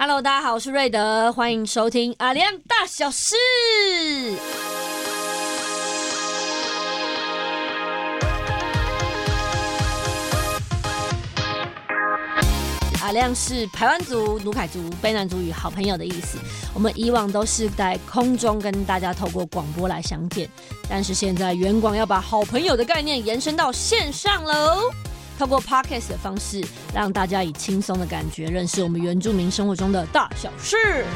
Hello， 大家好，我是瑞德，欢迎收听阿亮大小事。阿亮是排湾族、奴凯族、卑南族与好朋友的意思。我们以往都是在空中跟大家透过广播来相见，但是现在原广要把好朋友的概念延伸到线上喽。透过 Podcast 的方式，让大家以轻松的感觉认识我们原住民生活中的大小事。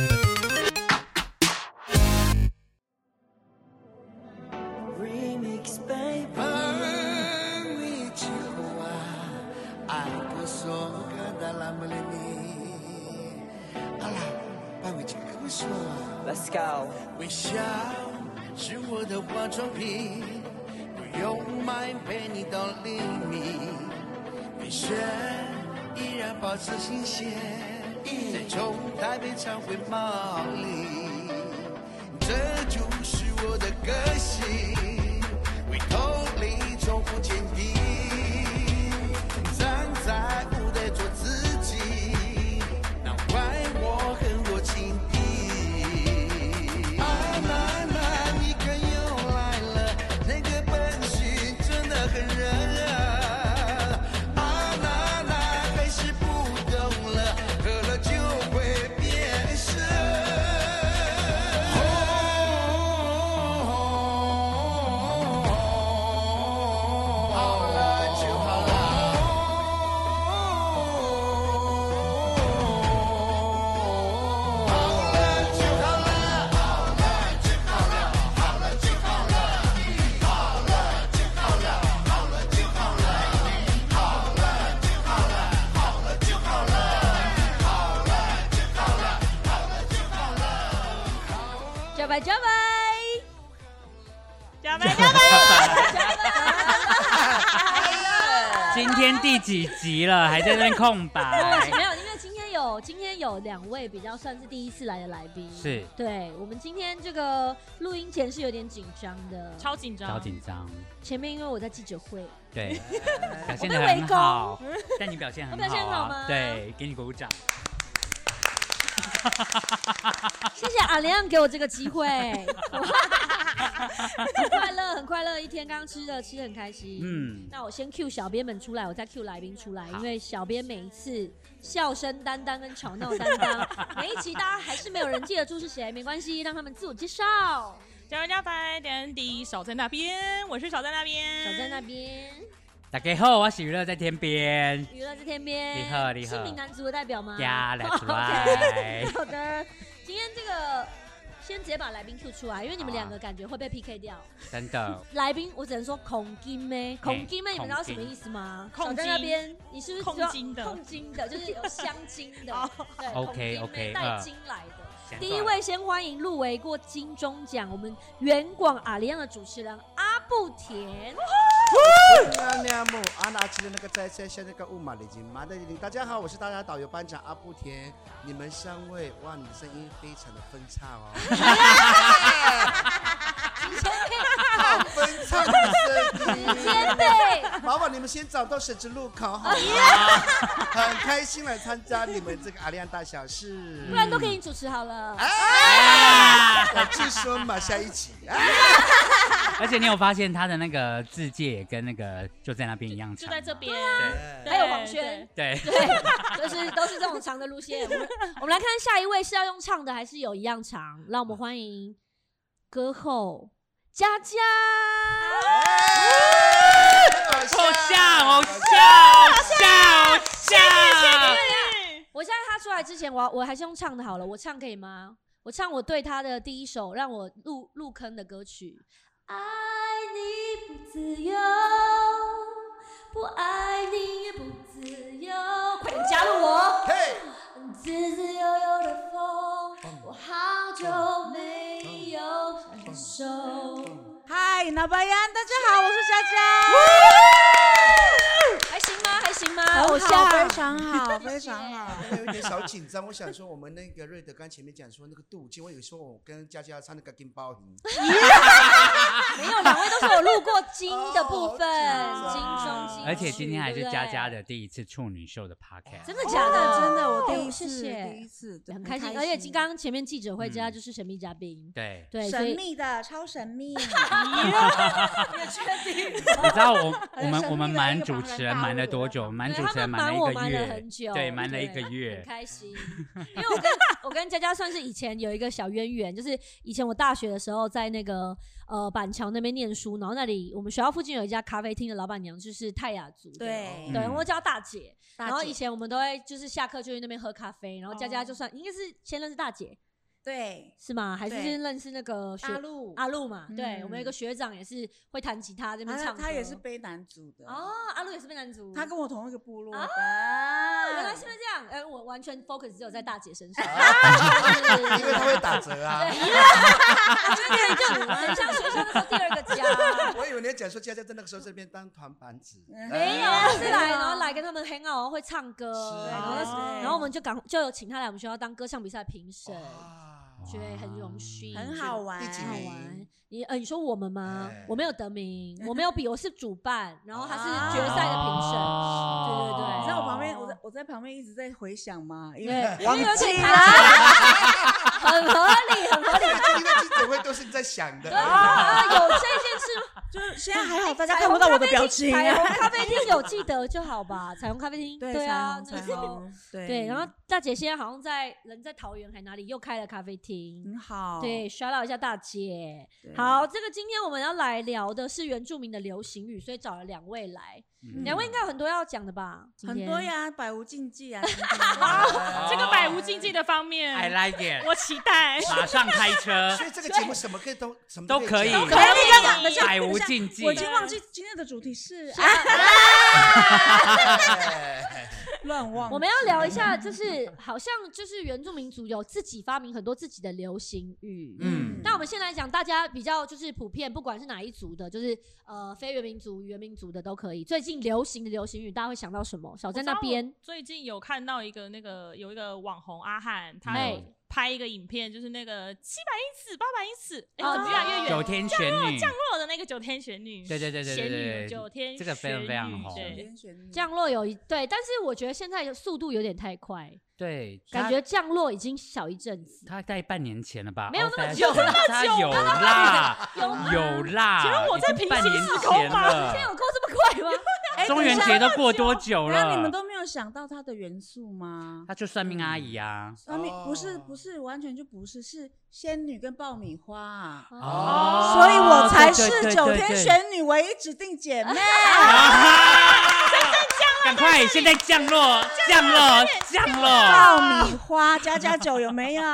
Let's go。 微笑是我的化妆品，不用买陪你到黎明。飞旋依然保持新鲜，再从台北常回毛里，这就是我的个性，为头领从不坚定，站在舞台做自己，难怪我很多情敌。 今天第几集了？还在那边空白？ 没有，因为今天有2位比较算是第一次来的来宾。 是， 对，我们今天这个录音前是有点紧张的， 超紧张， 超紧张。 前面因为我在记者会， 对，表现得很好，但你表现很好， 我表现很好吗？ 对，给你鼓掌。 谢谢阿亮给我这个机会，很快乐一天，刚刚吃的很开心。那我先 cue 小编们出来，我再 cue 来宾出来，因为小编每一次笑声担当跟吵闹担当，每一集大家还是没有人记得住是谁，没关系，让他们自我介绍。 加油加白点底少在那边，我是少在那边， 少在那边。 大家好，我是娱乐在天边。 娱乐在天边， 你好，你好。 是闽南族的代表吗？ 呀，来出来。 好的，今天这个先直接把来宾 Q 出来，因为你们2个感觉会被 PK 掉。 真的。 来宾我只能说恐金妹，恐金妹，你们知道什么意思吗？ 控在那边，你是不是控金的？ 控金的，就是有香精的。对 ，OK， 带金来的。第一位先欢迎入围过金钟奖我们原广阿里样的主持人阿布田。 大家好，我是大家导游班长阿布田。你们3位，哇，你的声音非常的分叉哦，好分叉的声音，麻烦你们先找到十字路口好吗？很开心来参加你们这个阿亮大小事， 不然都给你主持好了。 我去说嘛，下一集。 而且你有发现他的那个字界也跟那个就在那边一样长， 就在这边， 还有黄轩， 对， 就是都是这种长的路线。我们来看下一位是要用唱的还是有一样长？让我们欢迎歌后佳佳。 偶像， 我现在他出来之前，我还是用唱的好了，我唱可以吗？我唱我对他的第一首让我入坑的歌曲。爱你不自由，不爱你也不自由，快点加入我！自自由由的风，我好久没有感受。 嗨，老白羊，大家好，我是佳佳。 还行吗？ 偶像非常好，非常好。 刚有点小紧张，我想说我们那个瑞德刚前面讲说那个镀金，我以为说我跟佳佳唱那个金包银， 没有，两位都是有录过金的部分，金钟金曲， 而且今天还是佳佳的第一次处女秀的 podcast， 真的假的？ 真的，我第一谢次， 谢， 第一次， 很开心。而且刚刚前面记者会，佳佳就是神秘嘉宾， 对， 神秘的，超神秘。你确定？ 你知道我们瞒主持人瞒了多久？瞒主持人瞒了1个月， 很久， 对，瞒了1个月， 很开心。因为我跟佳佳算是以前有一个小渊源，就是以前我大学的时候在那个板桥那边念书，然后那里我们学校附近有一家咖啡厅的老板娘就是泰雅族的，对，我叫大姐。然后以前我们都会就是下课就去那边喝咖啡，然后佳佳就算应该是先认识大姐。 对， 是吗？还是先认识那个阿路嘛？对，我们有一个学长也是会弹吉他这边唱歌， 他也是卑南族的哦，阿路也是卑南族， 他跟我同一个部落的。 原来是因为这样，我完全 focus 只有在大姐身上， 因为他会打折啊。 我觉得就很像学校那时候第2个家。 我以为你要讲说佳佳在那个时候这边当团板子， 没有，是然后来跟他们 hang out，会唱歌，然后我们就有请他来我们学校当歌唱比赛评审。觉得很荣幸， 很好玩， 好玩。 你说我们吗？我没有得名，我没有比，我是主办，然后他是决赛的评审。对。 你知道我旁边，我在旁边一直在回想嘛，因为忘记了，很合理。 因为记者会都是你在想的。 有这件事吗？ 就是现在还好，大家看不到我的表情。 彩虹咖啡厅有记得就好吧？彩虹咖啡厅，对啊， 彩虹， 对。然后大姐现在好像人在桃园还哪里又开了咖啡厅， 很好。 对，shout out一下大姐。好，这个今天我们要来聊的是原住民的流行语，所以找了2位来。2位应该有很多要讲的吧？ 很多呀，百无禁忌啊。 这个百无禁忌的方面 ，I like it， 我期待。 马上开车。 所以这个节目什么可以都可以，百无禁忌。 我已经忘记今天的主题是。乱忘。 我们要聊一下，就是好像就是原住民族有自己发明很多自己的流行语。那我们先来讲，大家比较就是普遍，不管是哪一族的，就是非原民族、原民族的都可以。最近流行的流行语，大家会想到什么？小在那边最近有看到有一个网红阿汉，他有拍一个影片，就是那个700英尺、800英尺，怎么越来越远？ 9天玄女降落的那个9天玄女， 对， 玄女9天， 这个非常红。 降落对，但是我觉得现在速度有点太快。 对， 感觉降落已经小一阵子， 他大概半年前了吧？ 没有那么久， 他有啦， 请问我在平行时空吗？ 今天有过这么快吗？ 中元节都过多久了？ 那你们都没有想到它的元素吗？ 他就算命阿姨啊， 算命不是，完全就不是，是仙女跟爆米花所以我才是9天玄女唯一指定姐妹。 赶快，现在降落！ 爆米花加9有没有？ 原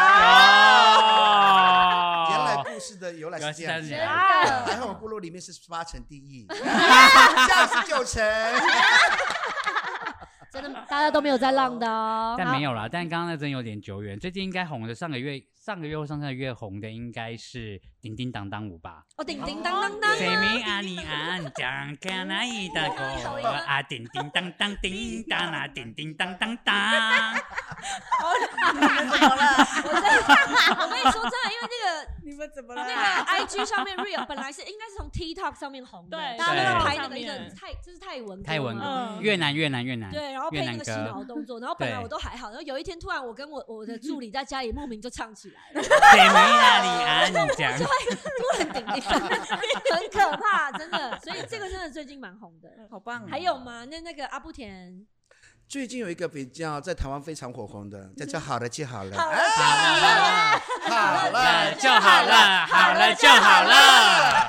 来故事的由来是这样子，还好我部落里面是8成第一，这样是9成。 真的，大家都没有在浪的哦。 但没有啦，但刚刚那真有点久远。最近应该红的，上个月或上个月红的应该是叮叮当当舞吧？ 叮叮当当当。 谁明啊你啊讲看那一大个啊叮叮当当叮当啊叮叮当当当。 你们怎么了？ 我跟你说真的，因为那个你们怎么了？ 那个 IG 上面 Real 本来是应该是从 TikTok 上面红的，大家都在拍那个这是泰文歌， 越南。 对，然后配那个洗脑动作，然后本来我都还好，然后有一天突然我跟我的助理在家里莫名就唱起来了， 谁没啊你啊你讲， 就会突然顶，很可怕，真的，所以这个真的最近蛮红的， 好棒。 还有吗？那个阿布田最近有一个比较在台湾非常火红的，叫好了就好了， 好了就好了，好了就好了。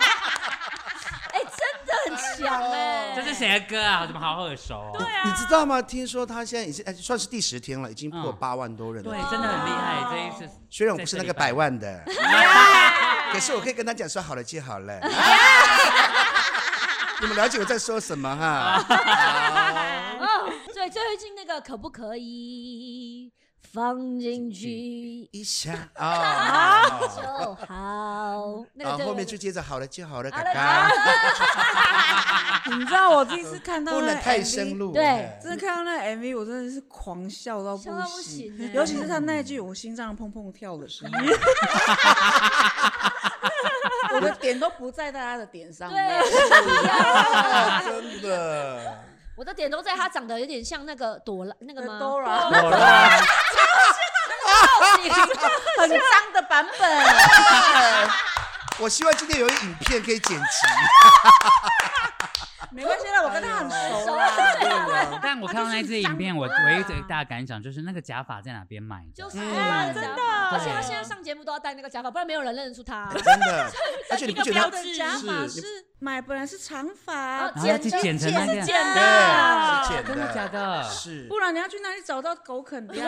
很强这是谁的歌啊？怎么好耳熟？ 对啊， 你知道吗？听说他现在已经算是第10天了，已经破8万多人了。 对，真的很厉害。这一次虽然我不是那个100万的，可是我可以跟他讲说好了就好了。你们了解我在说什么哈？ 所以最近那个可不可以放进去一下就好。 然后后面就接着好了就好了，嘎好嘎， 你知道我第一次看到不能那太深 MV， 入。 对真的看到那 MV， 我真的是狂笑到笑到不行欸尤其是他那一句我心脏砰砰跳的声音，我的点都不在大家的点上。 对， 真的。 我的点都在他长得有点像那个朵拉那个吗 Dora 很脏的版本。 我希望今天有影片可以剪辑。 没关系啦，我跟他很熟啦。 但我看到那支影片，我唯一最大的感想就是那个假发在哪边买的？ 就是他的假真的发，而且他现在上节目都要戴那个假发，不然没有人认得出他。 真的，而且你不觉得他一个标志假发是是买本来是长发， 啊然后要去剪成那个， 剪的对，是剪真的假的？ 是。 不然你要去哪里找到狗啃的？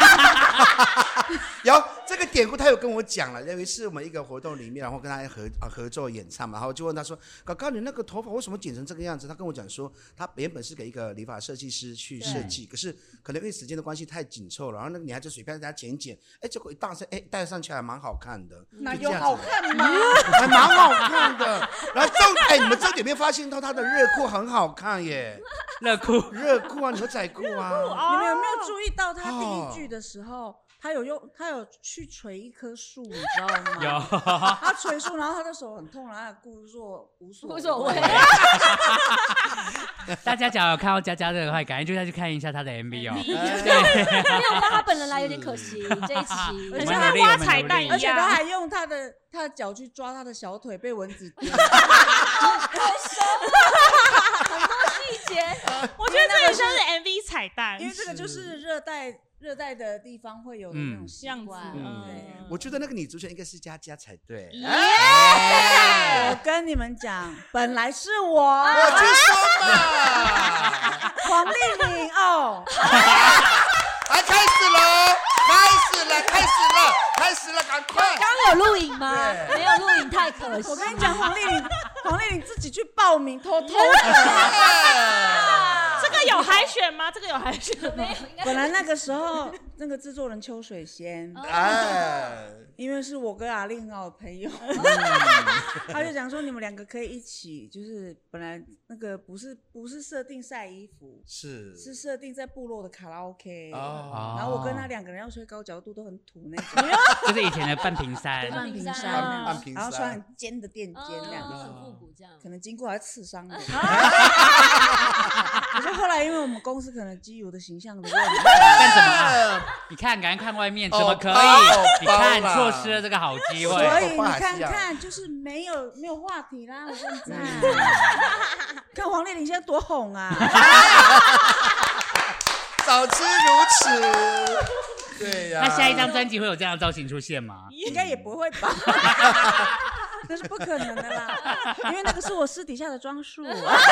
然后这个典故他有跟我讲了，有一次我们一个活动里面，然后跟他合作演唱嘛，然后就问他说：“搞搞你那个头发为什么剪成这个样子？”他跟我讲说，他原本是给一个理发设计师去设计，可是可能因为时间的关系太紧凑了，然后那个女孩就随便给他剪一剪，结果一戴上去还蛮好看的， 哪有好看吗？ 还蛮好看的。然后你们重点没发现到他的热裤很好看耶， 热裤啊，牛仔裤啊。 你们有没有注意到他第一句的时候，他有去捶一棵树，你知道吗？ 有， 他捶树，然后他的手很痛，然后他故作无所谓。 大家假如有看到佳佳的话，赶紧就再去看一下他的 MV 哦。 没有让他本人来有点可惜，这一期。 而且他挖彩蛋一样， 而且他还用他的脚去抓他的小腿，被蚊子叮。 很多细节， 我觉得这也像是 MV 彩蛋， 因为这个就是热带的地方会有的那种习惯。对， 我觉得那个女主角应该是佳佳才对。 我跟你们讲，本来是我就说嘛， 黄丽玲哦。 开始了，赶快！ 刚有录影吗？没有录影，太可惜。 我跟你讲，黄丽玲自己去报名，偷偷的。 这个有海选吗？这个有海选没有？ 本来那个时候，那个制作人邱水仙，因为是我跟阿丽很好的朋友，他就讲说你们两个可以一起，就是本来那个不是设定晒衣服，是设定在部落的卡拉 OK，然后我跟他两个人要吹高角度都很土那种， 就是以前的半屏山， 然后穿很尖的垫肩这样， 很复古这样， 可能经过还刺伤的。可是后来因为我们公司可能基友的形象的问题， 干什么？你看，赶快看外面，怎么可以？你看，错失了这个好机会。 所以你看，就是没有话题啦。我现在看黄丽玲现在多红啊！ 早知如此。对呀。 那下一张专辑会有这样的造型出现吗？ 应该也不会吧。那是不可能的啦，因为那个是我私底下的装束。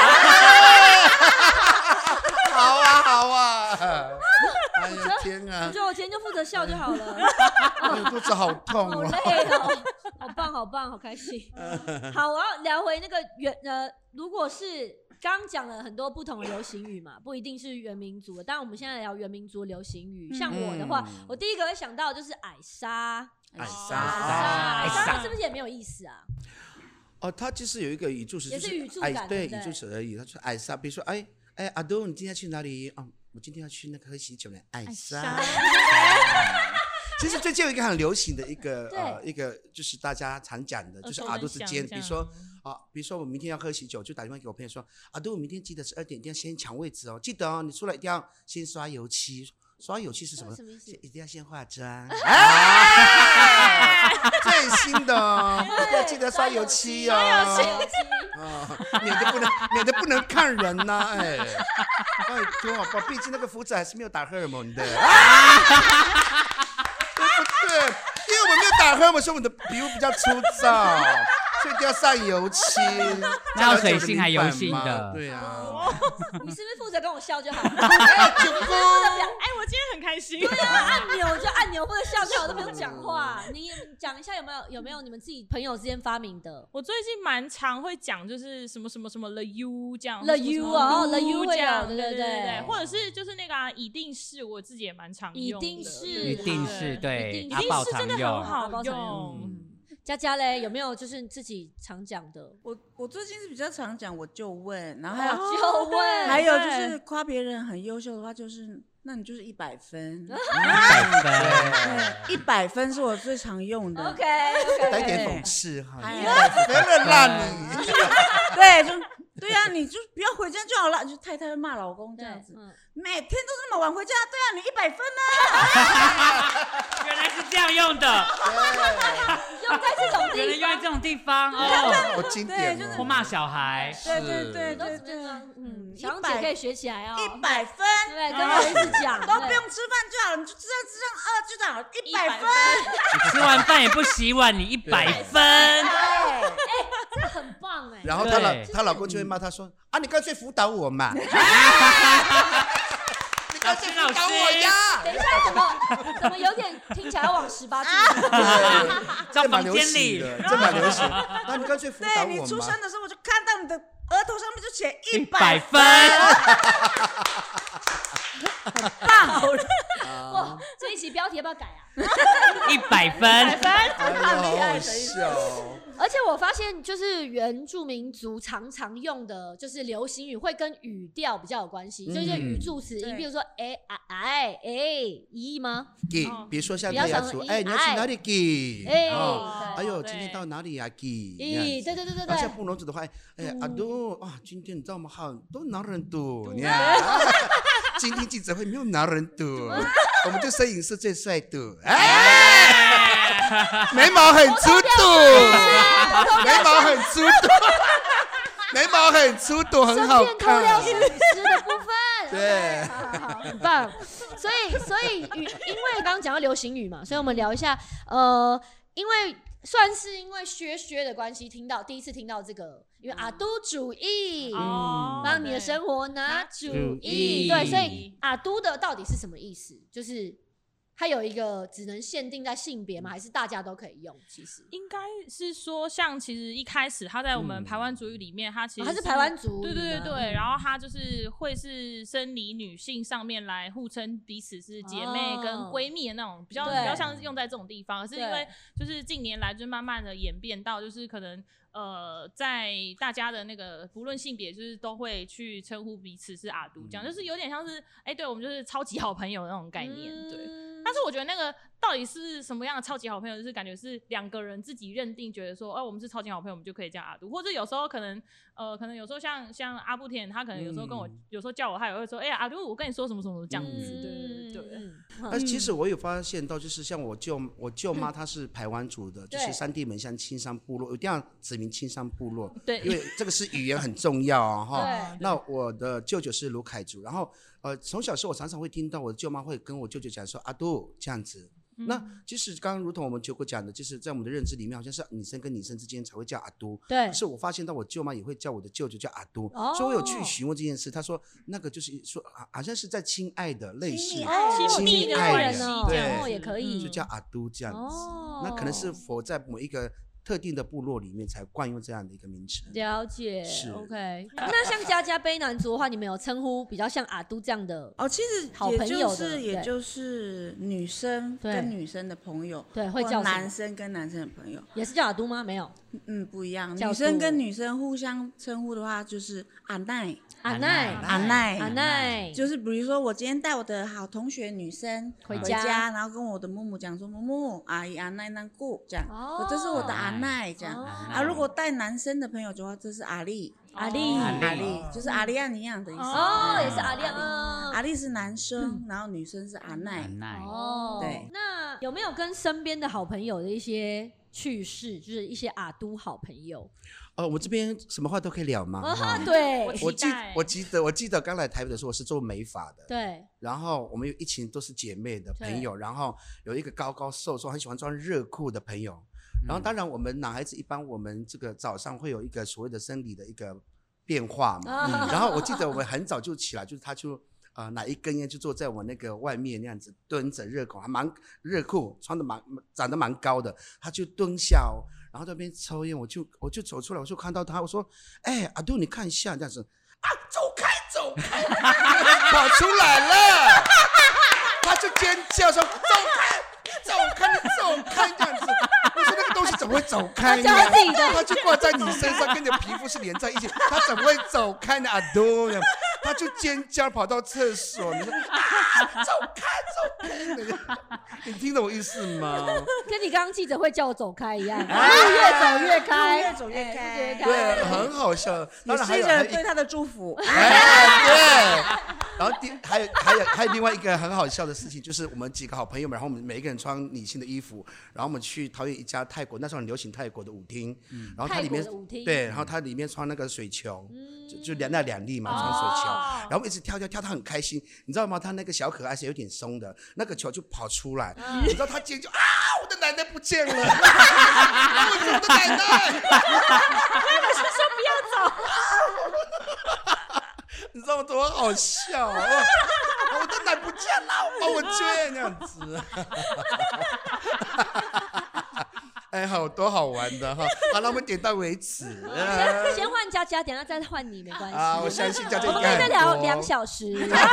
好啊！哎呀天啊！ 我觉得我今天就负责笑就好了。 肚子好痛好累哦，好棒，好开心。好，我要聊回那个如果是刚讲了很多不同的流行语嘛，不一定是原民族的。当然，我们现在聊原民族的流行语。像我的话，我第一个会想到的就是矮莎。矮莎是不是也没有意思啊？ 它就是有一个语助词， 也是语助感， 对，语助词而已。他说矮莎，比如说阿都，你今天要去哪里？我今天要去那个喝喜酒呢。矮莎。其实最近有一个很流行的一个就是大家常讲的，就是阿都之间，比如说我明天要喝喜酒，就打电话给我朋友说，阿都，我明天记得12点一定要先抢位置哦，记得哦，你出来一定要先刷油漆。刷油漆是什么？一定要先化妆。最新的哦，要记得刷油漆哦。免得不能看人呐，拜托，毕竟那个福子还是没有打荷尔蒙的。对不对？因为我们没有打荷尔蒙，所以我们的皮肤比较粗糙。 所以一定要上油漆。 那要水性还油性的？ 对啊。 你是不是负责跟我笑就好？哎， 我今天很开心。 对啊，按钮就按钮，或者笑就好，都不用讲话。你讲一下有没有你们自己朋友之间发明的？ 我最近蛮常会讲，就是什么什么什么 the you 这样 ，the you 啊 ，the you 会有， 对对对，或者是就是那个一定是我自己也蛮常用的， 一定是， 对， 一定是真的很好用。 佳佳嘞，有没有就是自己常讲的？ 我最近是比较常讲，我就问，然后还有就问， 还有就是夸别人很优秀的话，就是那你就是100分 ，100 分，100分是我最常用的。 OK， 带点讽刺哈，100分了啦你。 对，就对啊，你就不要回家就好了，就太太会骂老公这样子，每天都那么晚回家，对啊，你100分啊。 原来是这样用的， 用在这种地方， 原来用在这种地方哦，好经典哦， 或骂小孩， 对， 小姐可以学起来哦 ，100分， 对，跟儿子讲， 都不用吃饭就好了，你就这样就这样100分。 你吃完饭也不洗碗，你100分， 哎，这很棒哎。 然后她老公就会骂她说啊，你干脆辅导我嘛。 老师， 我呀！ 等一下，怎么有点听起来要往18 禁？ 在房间里， 这蛮流行。那你干脆辅导我嘛。 对，你出生的时候我就看到你的额头上面就写 100分， 很棒。 哇，这一期标题要不要改啊 ？100分， 好好笑。 而且我发现，就是原住民族常常用的，就是流行语会跟语调比较有关系，就是语助词音，比如说咦吗？ 比如说像泰雅族，你要去哪里给？哎呦，今天到哪里呀？给？ 咦，对。 然后像布农族的话，阿都啊，今天你知道吗？很多男人多，你看，今天记者会没有男人多，我们就摄影师最帅的，眉毛很粗度，眉毛很粗度，很好看。 顺便偷聊摄影师的部分， 对， 好，很棒。所以因为刚刚讲到流行语嘛，所以我们聊一下，因为算是因为薛的关系，第一次听到这个，因为阿都主义，帮你的生活拿主意，对，所以阿都的到底是什么意思？就是它有一个只能限定在性别吗？还是大家都可以用？其实应该是说，像其实一开始他在我们排湾族语里面，他其实他是排湾族， 对，然后他就是会是生理女性上面来互称彼此是姐妹跟闺蜜的那种，比较像是用在这种地方，而是因为就是近年来就慢慢的演变到就是可能。在大家的那个不论性别，就是都会去称呼彼此是阿都，这样就是有点像是对我们就是超级好朋友那种概念，对。但是我觉得那个到底是什么样的超级好朋友，就是感觉是两个人自己认定，觉得说，我们是超级好朋友，我们就可以叫阿都，或者有时候可能有时候像阿布田，他可能有时候跟我，有时候叫我，他也会说，阿都，我跟你说什么什么这样子，对。 但其实我有发现到，就是像我舅妈，她是排湾族的，就是三地门乡青山部落，一定要指明青山部落，对，因为这个是语言很重要啊，哈。那我的舅舅是卢凯族，然后从小时候我常常会听到我的舅妈会跟我舅舅讲说阿都这样子。那其实刚刚如同我们九哥讲的，就是在我们的认知里面，好像是女生跟女生之间才会叫阿都。对。可是我发现到我舅妈也会叫我的舅舅叫阿都，所以我有去询问这件事。他说那个就是说好像是在亲爱的类似亲密爱人对， 也可以就叫阿都这样子。那可能是否在某一个特定的部落里面才惯用这样的一个名词。 了解，是 OK。那像佳佳卑南族的话，你们有称呼比较像阿都这样的其实好朋友的， 也就是女生跟女生的朋友， 对，会叫男生跟男生的朋友， 也是叫阿都吗？没有， 不一样。女生跟女生互相称呼的话，就是阿奈。 阿奈， 就是比如说我今天带我的好同学女生回家，然后跟我的木木讲说，木木阿姨阿奈那顾这样，这是我的阿奈这样。如果带男生的朋友的话，这是阿丽，就是阿丽安一样的意思。 也是阿丽安。 阿丽是男生，然后女生是阿奈。 对。那有没有跟身边的好朋友的一些趣事，就是一些阿都好朋友？ 我这边什么话都可以聊吗？ 对， 我记得刚来台北的时候，我是做美发的。 对。然后我们有一群都是姐妹的朋友，然后有一个高高瘦瘦、很喜欢穿热裤的朋友。 然后当然我们男孩子一般我们这个早上会有一个所谓的生理的一个变化嘛，然后我记得我们很早就起来，就是他就拿一根烟就坐在我那个外面那样子蹲着热狗，还蛮热裤穿的长得蛮高的，他就蹲下然后在那边抽烟，我就走出来，我就看到他，我说阿杜你看一下这样子走开跑出来了，他就尖叫说走开这样子，我说那个东西怎么会走开呢？他就挂在你身上，跟你的皮肤是连在一起，他怎么会走开呢？阿杜，他就尖叫跑到厕所，你说走开，你听懂我意思吗？ 跟你刚刚记者会叫我走开一样，越走越开， 越走越开， 对，很好笑。 也是一个对他的祝福。 对。然后还有另外一个很好笑的事情，就是我们几个好朋友们，然后我们每一个人穿女性的衣服，然后我们去桃园一家泰国，那时候很流行泰国的舞厅，然后它里面对，然后它里面穿那个水球，就那2粒嘛，穿水球，然后我们一直跳，他很开心，你知道吗？他那个小可爱是有点松的，那个球就跑出来，你知道他尖叫我的奶奶不见了，我的奶奶， 我是说不要走。 你知道吗？多好笑我的奶不见了，帮我追那样子。好多好玩的哈！好了，我们点到为止。 先换佳佳，等下再换你，没关系。 我相信佳佳应该很多。 我们可以再聊2小时。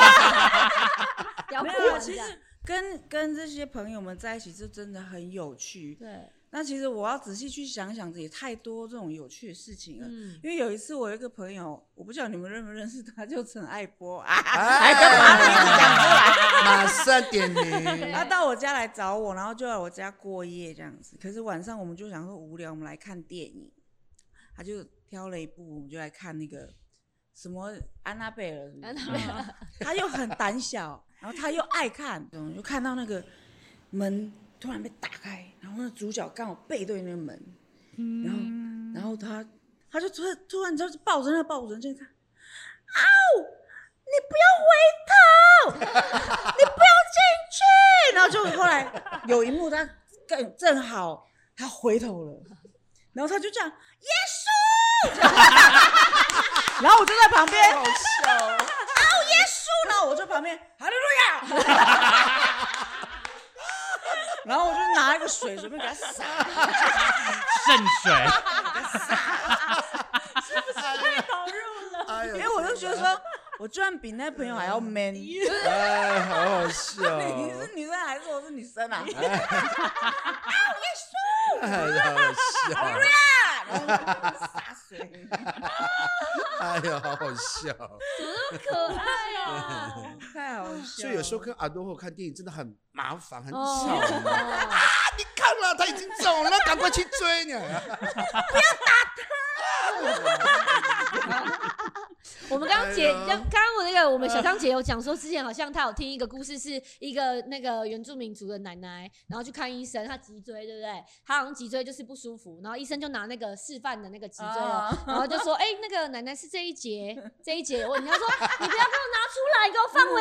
没有，其实跟这些朋友们在一起是真的很有趣。 对。 那其实我要仔细去想想，也太多这种有趣的事情了。因为有一次我有一个朋友，我不知道你们认不认识他，叫陈爱波还跟把名字讲出来， 马上点名。 他到我家来找我，然后就来我家过夜这样子。可是晚上我们就想说无聊，我们来看电影。他就挑了一部，我们就来看那个什么安娜贝尔，他又很胆小，然后他又爱看，就看到那个门突然被打开，然后那主角刚好背对那个门，然后他就突然就抱着那个抱枕就看，你不要回头，你不要进去，然后就后来有一幕他正好他回头了，然后他就这样耶稣，然后我就在旁边， 好笑耶稣，然后我就旁边哈利路亚。然后我就拿一个水随便给他洒， 圣水， 是不是太投入了？ 因为我就觉得说，我居然比那朋友还要 man， 好好笑。 你是女生还是我是女生啊？耶稣， 好笑， 然后洒水， 好好笑， 怎么那么可爱啊？ 太好笑。 所以有时候跟阿多后看电影真的很麻烦，很吵。你看了，他已经走了，赶快去追呢！ 不要打他！我们刚刚我们小张姐有讲说，之前好像她有听一个故事，是一个那个原住民族的奶奶，然后去看医生，她脊椎对不对？她好像脊椎就是不舒服，然后医生就拿那个示范的那个脊椎了，然后就说，那个奶奶是这一节有问题，她说你不要给我拿出来，给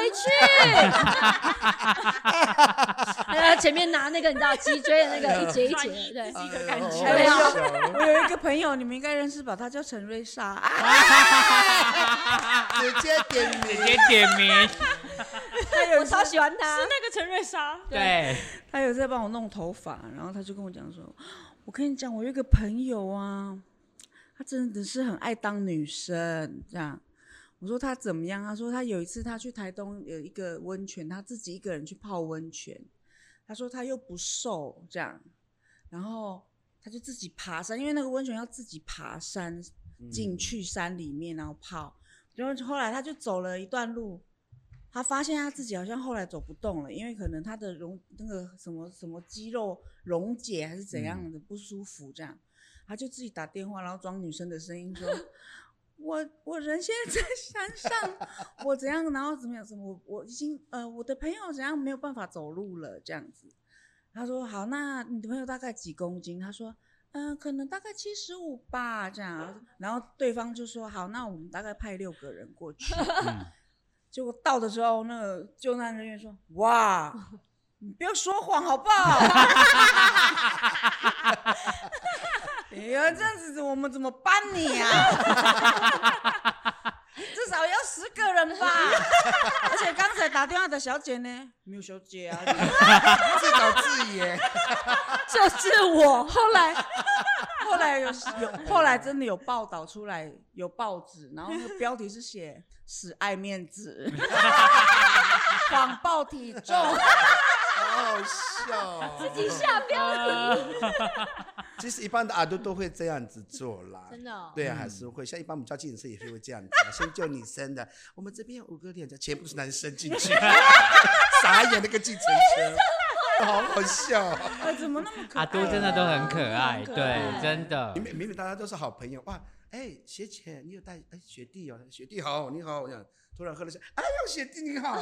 我放回去。前面拿那个你知道脊椎的那个一节一节，对， 一个感觉。 我有一个朋友，你们应该认识吧？他叫陈瑞莎。 直接点名， 我超喜欢他， 是那个陈瑞莎。 对， 他有在帮我弄头发，然后他就跟我讲说：“我跟你讲，我有一个朋友啊，他真的是很爱当女生。”这样，我说他怎么样？他说他有一次他去台东有一个温泉，他自己一个人去泡温泉。他说他又不瘦，这样，然后他就自己爬山，因为那个温泉要自己爬山进去山里面，然后泡。然后后来他就走了一段路，他发现他自己好像后来走不动了，因为可能他的那个什么肌肉溶解还是怎样的不舒服，这样，他就自己打电话，然后装女生的声音说：“我人现在在山上，我怎样，然后怎么样，我已经我的朋友怎样没有办法走路了，这样子。”他说：“好，那你的朋友大概几公斤？”他说：“可能大概75吧，这样。”然后对方就说：“好，那我们大概派6个人过去。”结果到的时候，那个救难人员说：“哇，你不要说谎好不好？” 哎呀，这样子我们怎么办你啊？至少要10个人吧。而且刚才打电话的小姐呢，没有小姐啊， 自导自演， 就是我。后来真的有报道出来，有报纸，然后那个标题是写“死爱面子”，谎报体重。 好好笑， 自己下标题。 其实一般的阿都会这样子做啦， 真的、哦。 对啊，还是会。像一般我们叫计程车也是会这样子啊，先救女生的。我们这边5个脸，全部是男生进去，傻眼那个计程车，好好笑。 怎么那么可爱？ 阿都真的都很可爱，对，真的。 明明大家都是好朋友哇，学姐你有带学弟哦，学弟好，你好，我想。突然喝了下，哎呦，学弟你好，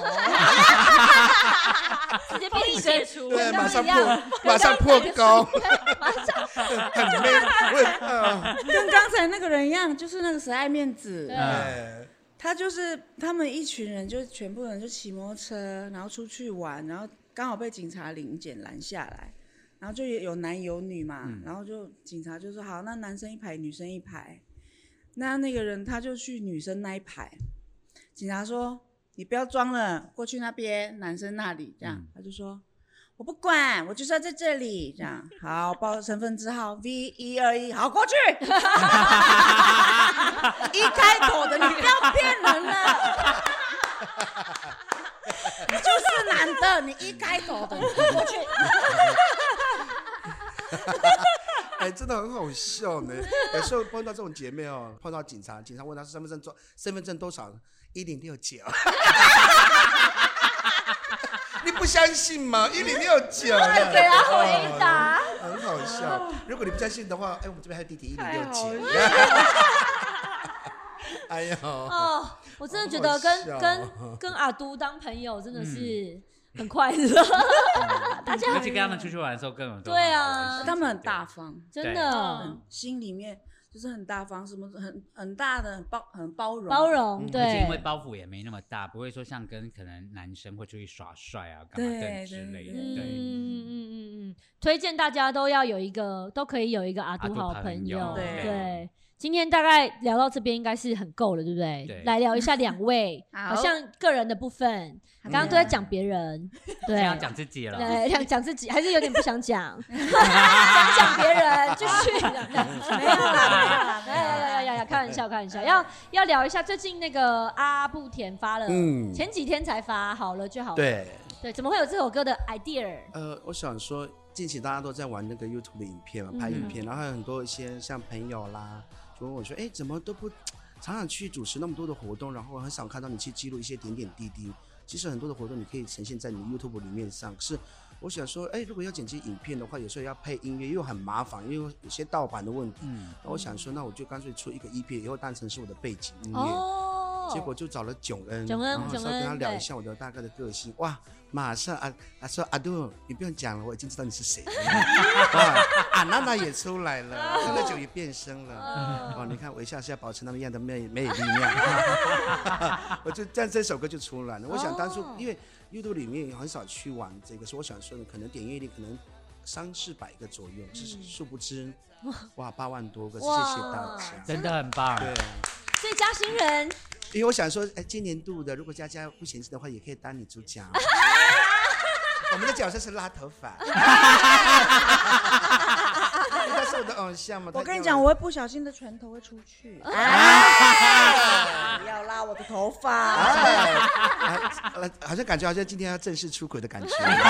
直接变解除， 对，马上破功， 马上很美， 跟刚才那个人一样，就是那个死爱面子，他就是他们一群人，就全部人就骑摩托车，然后出去玩，然后刚好被警察临检拦下来，然后就有男有女嘛，然后就警察就说好，那男生一排，女生一排，那个人他就去女生那一排。警察说：“你不要装了，过去那边男生那里。”这样，他就说：“我不管，我就是要在这里。”这样，好，报身份证号 V121，好，过去。一开头的，你不要骗人了。你就是男的，你一开头的，你过去。 真的很好笑呢。有时候碰到这种姐妹哦，碰到警察问她身份证多少？1069。你不相信吗？1069。 给他回答， 很好笑。如果你不相信的话，我们这边还有弟弟1069。哎呦， 我真的觉得跟阿都当朋友真的是很快乐。大家而且跟他们出去玩的时候更有对啊， 他们很大方， 真的， 心里面就是很大方，什么很大的很包容，对， 而且因为包袱也没那么大，不会说像跟可能男生会出去耍帅啊，干嘛等之类的。对， 推荐大家都可以有一个阿都好朋友，对。今天大概聊到这边应该是很够了，对不对？ 对， 来聊一下2位，好像个人的部分，刚刚都在讲别人，对， 要讲自己了， 讲自己还是有点不想讲，想讲别人，继续，没有啦，开玩笑，要聊一下最近那个阿布田发了，前几天才发好了就好了，对，怎么会有这首歌的 idea？ 我想说，近期大家都在玩那个 YouTube 的影片嘛，拍影片，然后还有很多一些像朋友啦。就问我说：“怎么都不常常去主持那么多的活动，然后很少看到你去记录一些点点滴滴。其实很多的活动你可以呈现在你 YouTube 里面上。可是我想说，如果要剪辑影片的话，有时候要配音乐又很麻烦，因为有些盗版的问题。我想说，那我就干脆出一个 EP， 以后当成是我的背景音乐。结果就找了囧恩，然后稍微跟他聊一下我的大概的个性。哇！马上说阿杜，你不用讲了，我已经知道你是谁了。哇，娜娜也出来了，喝了酒也变声了。哇，你看微笑是要保持那么样的魅力量。我就这样，这首歌就出来了。我想当初因为 YouTube 里面很少去玩这个，所以我想说可能点阅率可能300-400个左右，只是殊不知哇8万多个，谢谢大家， 真的很棒。 对， 最佳新人。 因为我想说，今年度的，如果佳佳不嫌弃的话，也可以当女主角。我们的角色是拉头发，他是我的偶像嘛。 我跟你讲，我会不小心的拳头会出去。不要拉我的头发。 好像感觉好像今天要正式出轨的感觉。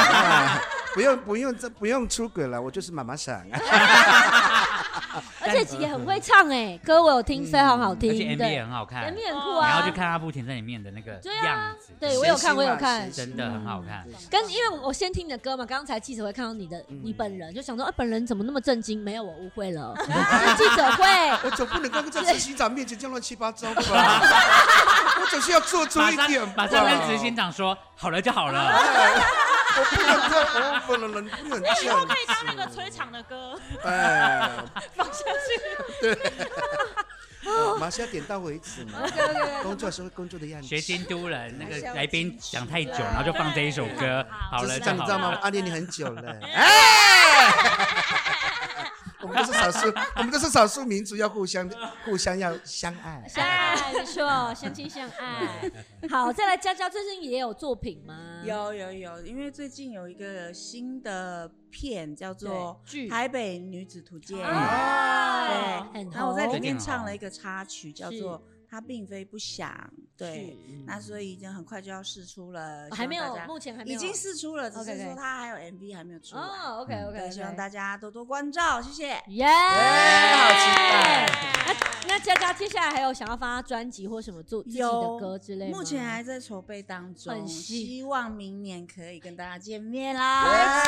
不用出轨了，我就是妈妈桑。 而且也很会唱歌，我有听，非常好听， 而且 MV 也很好看 ，MV 很酷啊。 然后去看阿布田在里面的那个样子， 对我有看， 真的很好看。 因为我先听你的歌嘛，刚才记者会看到你本人，就想说，本人怎么那么震惊？没有，我误会了，是记者会。 我总不能刚刚在执行长面前这样乱七八糟吧？我总是要做出一点， 马上跟执行长说，好了就好了。 我不能这样，不能这样。 以后可以当那个催场的歌，放下去。 对，马上要点到为止嘛。工作是会工作的样子。 学监督人，那个来宾讲太久，然后就放这一首歌，好了就好了。 你知道吗？暗恋你很久了。 我们都是少数民族，要互相要相爱。 相爱没错，相亲相爱。好，再来佳佳最近也有作品吗？ 有，因为最近有一个新的片叫做 《 台北女子图鉴》， 对， 然后我在里面唱了一个插曲，叫做。他并非不想，对，那所以已经很快就要释出了， 还没有，目前还没有， 已经释出了，只是说他还有 MV 还没有出来。 哦 ，OK， 希望大家多多关照，谢谢。 耶， 好期待。 那佳佳接下来还有想要发专辑或什么做自己的歌之类吗？ 目前还在筹备当中， 很希望明年可以跟大家见面啦。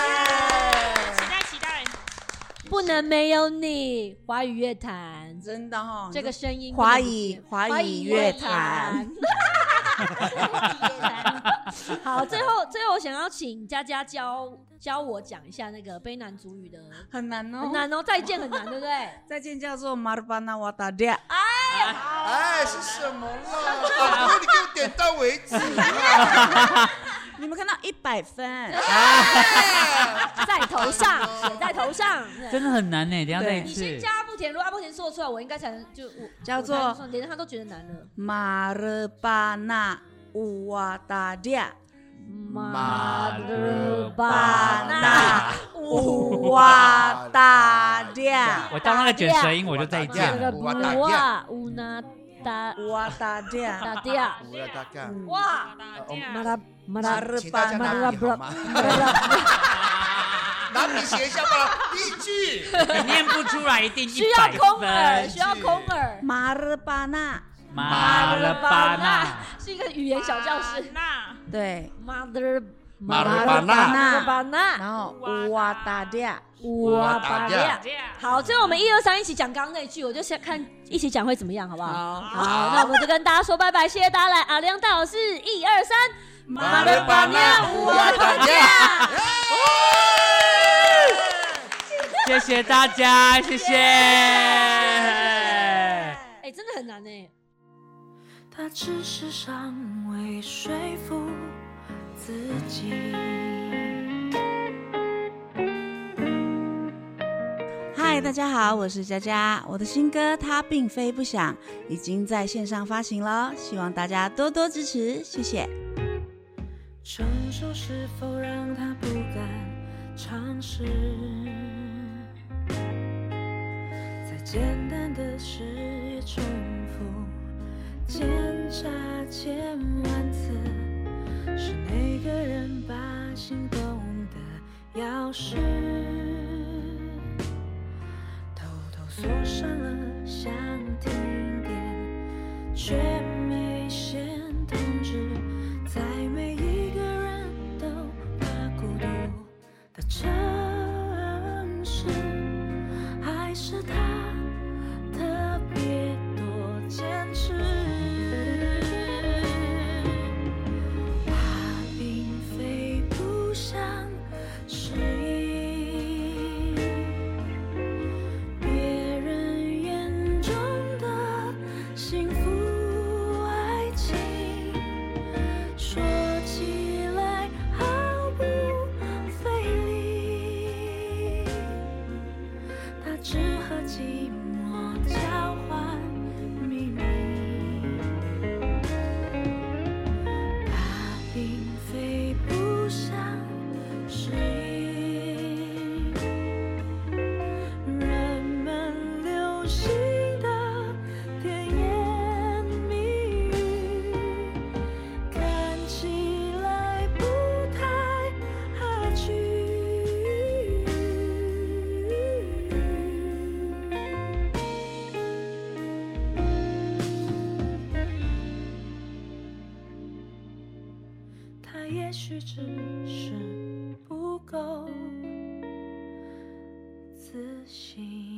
期待。 不能没有你，华语乐坛真的哈， 这个声音， 华语乐坛。 好，最后我想要请佳佳教我讲一下那个卑南族语的， 很难哦， 再见很难，对不对？ 再见叫做马尔巴纳瓦达列。 哎，是什么了？你给我点到为止。 你们看到100分， 在头上，写在头上， 真的很难呢。等一下再一次。 你先加阿布田，如果阿布田说得出来，我应该才能叫做， 连他都觉得难了。 马尔巴纳乌瓦达列， 马尔巴纳乌瓦达列。 我到那个卷舌音，我就再见了。 乌瓦乌纳达哇达列达迪亚哇马拉巴拿笔好吗？拿笔写一下吧，一句。 你念不出来一定需要空耳，需要空耳。 马尔巴纳是一个语言小教室。 对， 马尔巴纳， 然后乌瓦达列。 好，最后我们1、2、3一起讲刚刚那句，我就想看一起讲会怎么样，好不好？ 好， 那我们就跟大家说拜拜，谢谢大家来阿亮大老师，1、2、3， 马尔巴纳乌瓦达列。 谢谢大家，谢谢。 哎，真的很难哎。 他只是尚未说服自己。 嗨，大家好，我是佳佳。我的新歌《他并非不想》已经在线上发行了，希望大家多多支持，谢谢。 成熟是否让他不敢尝试？再简单的事也重复检查千万次，是哪个人把心动的钥匙锁上了，想停电却没先通知，在每一个人都怕孤独的城市，还是他特别多坚持。他并非不想适应寂寞交换秘密，他并非不想适应人们流行的甜言蜜语，看起来不太合群。也许只是不够自信。